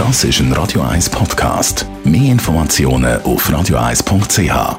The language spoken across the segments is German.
Das ist ein Radio 1 Podcast. Mehr Informationen auf radio1.ch.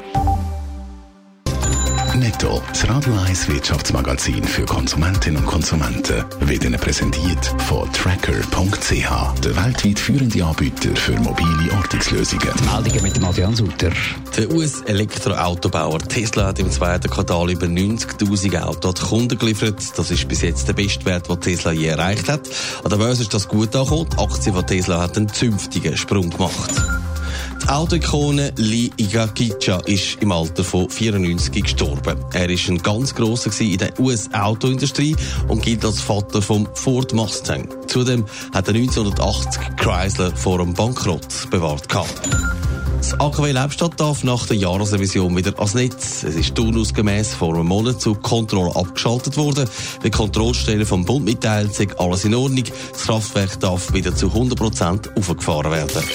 Netto, das Radio 1 Wirtschaftsmagazin für Konsumentinnen und Konsumenten, wird Ihnen präsentiert von Tracker.ch, der weltweit führende Anbieter für mobile Ortungslösungen. Meldungen mit dem Adrian Sutter. Der US-Elektroautobauer Tesla hat im zweiten Quartal über 90'000 Autos an die Kunden geliefert. Das ist bis jetzt der Bestwert, den Tesla je erreicht hat. An der Börse ist das gut angekommen. Die Aktie von Tesla hat einen zünftigen Sprung gemacht. Die Autoikone Lee Iacocca ist im Alter von 94 gestorben. Er war ein ganz grosser in der US-Autoindustrie und gilt als Vater vom Ford Mustang. Zudem hat er 1980 Chrysler vor einem Bankrott bewahrt gehabt. Das AKW Liebstadt darf nach der Jahresrevision wieder ans Netz. Es ist turnusgemäss vor einem Monat zur Kontrolle abgeschaltet worden. Die Kontrollstelle vom Bund mitteilt, sei alles in Ordnung. Das Kraftwerk darf wieder zu 100% aufgefahren werden.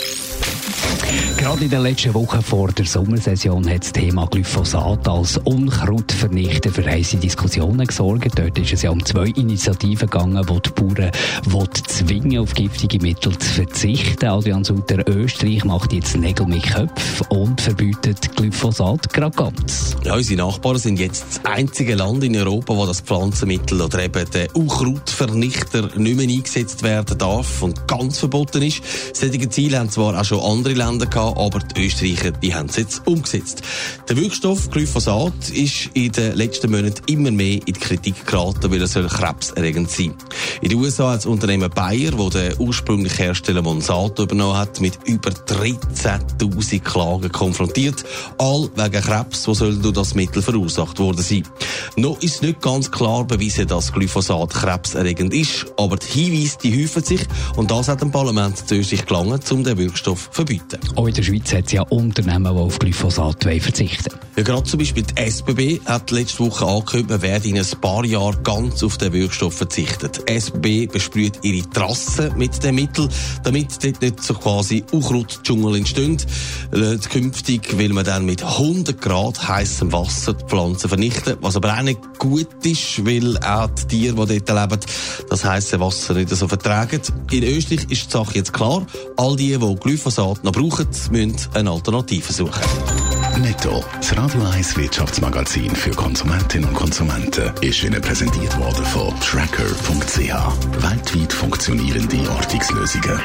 Gerade in den letzten Wochen vor der Sommersession hat das Thema Glyphosat als Unkrautvernichter für heisse Diskussionen gesorgt. Dort ist es ja um 2 Initiativen gegangen, die die Bauern zwingen, auf giftige Mittel zu verzichten. Adrian Sutter, Österreich macht jetzt Nägel mit Köpfen und verbietet Glyphosat gerade ganz. Ja, unsere Nachbarn sind jetzt das einzige Land in Europa, wo das Pflanzenmittel oder eben der Unkrautvernichter nicht mehr eingesetzt werden darf und ganz verboten ist. Solche Ziele haben zwar auch schon andere Länder gehabt, aber die Österreicher, die haben es jetzt umgesetzt. Der Wirkstoff Glyphosat ist in den letzten Monaten immer mehr in die Kritik geraten, weil er krebserregend sein soll. In den USA hat das Unternehmen Bayer, das den ursprünglichen Hersteller Monsanto übernommen hat, mit über 13'000 Klagen konfrontiert. All wegen Krebs, die durch das Mittel verursacht worden sein. Noch ist nicht ganz klar bewiesen, dass Glyphosat krebserregend ist, aber die Hinweise die häufen sich und das hat dem Parlament zu Österreich gelangen, um den Wirkstoff zu verbieten. Auch in der Schweiz hat es ja Unternehmen, die auf Glyphosat verzichten wollen. Ja, gerade zum Beispiel die SBB hat letzte Woche angekündigt, man werde in ein paar Jahren ganz auf den Wirkstoff verzichten. Die SBB besprüht ihre Trassen mit dem Mittel, damit dort nicht so quasi Unkrautdschungel entsteht. Künftig will man dann mit 100 Grad heissem Wasser die Pflanzen vernichten, was aber auch nicht gut ist, weil auch die Tiere, die dort leben, das heisse Wasser nicht so vertragen. In Österreich ist die Sache jetzt klar. All die Glyphosat noch brauchen, müssen eine Alternative suchen. Netto, das Radio 1 Wirtschaftsmagazin für Konsumentinnen und Konsumenten, ist Ihnen präsentiert worden von Tracker.ch. Weltweit funktionierende Ortungslösungen.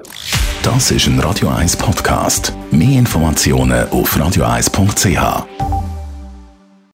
Das ist ein Radio 1 Podcast. Mehr Informationen auf radio1.ch.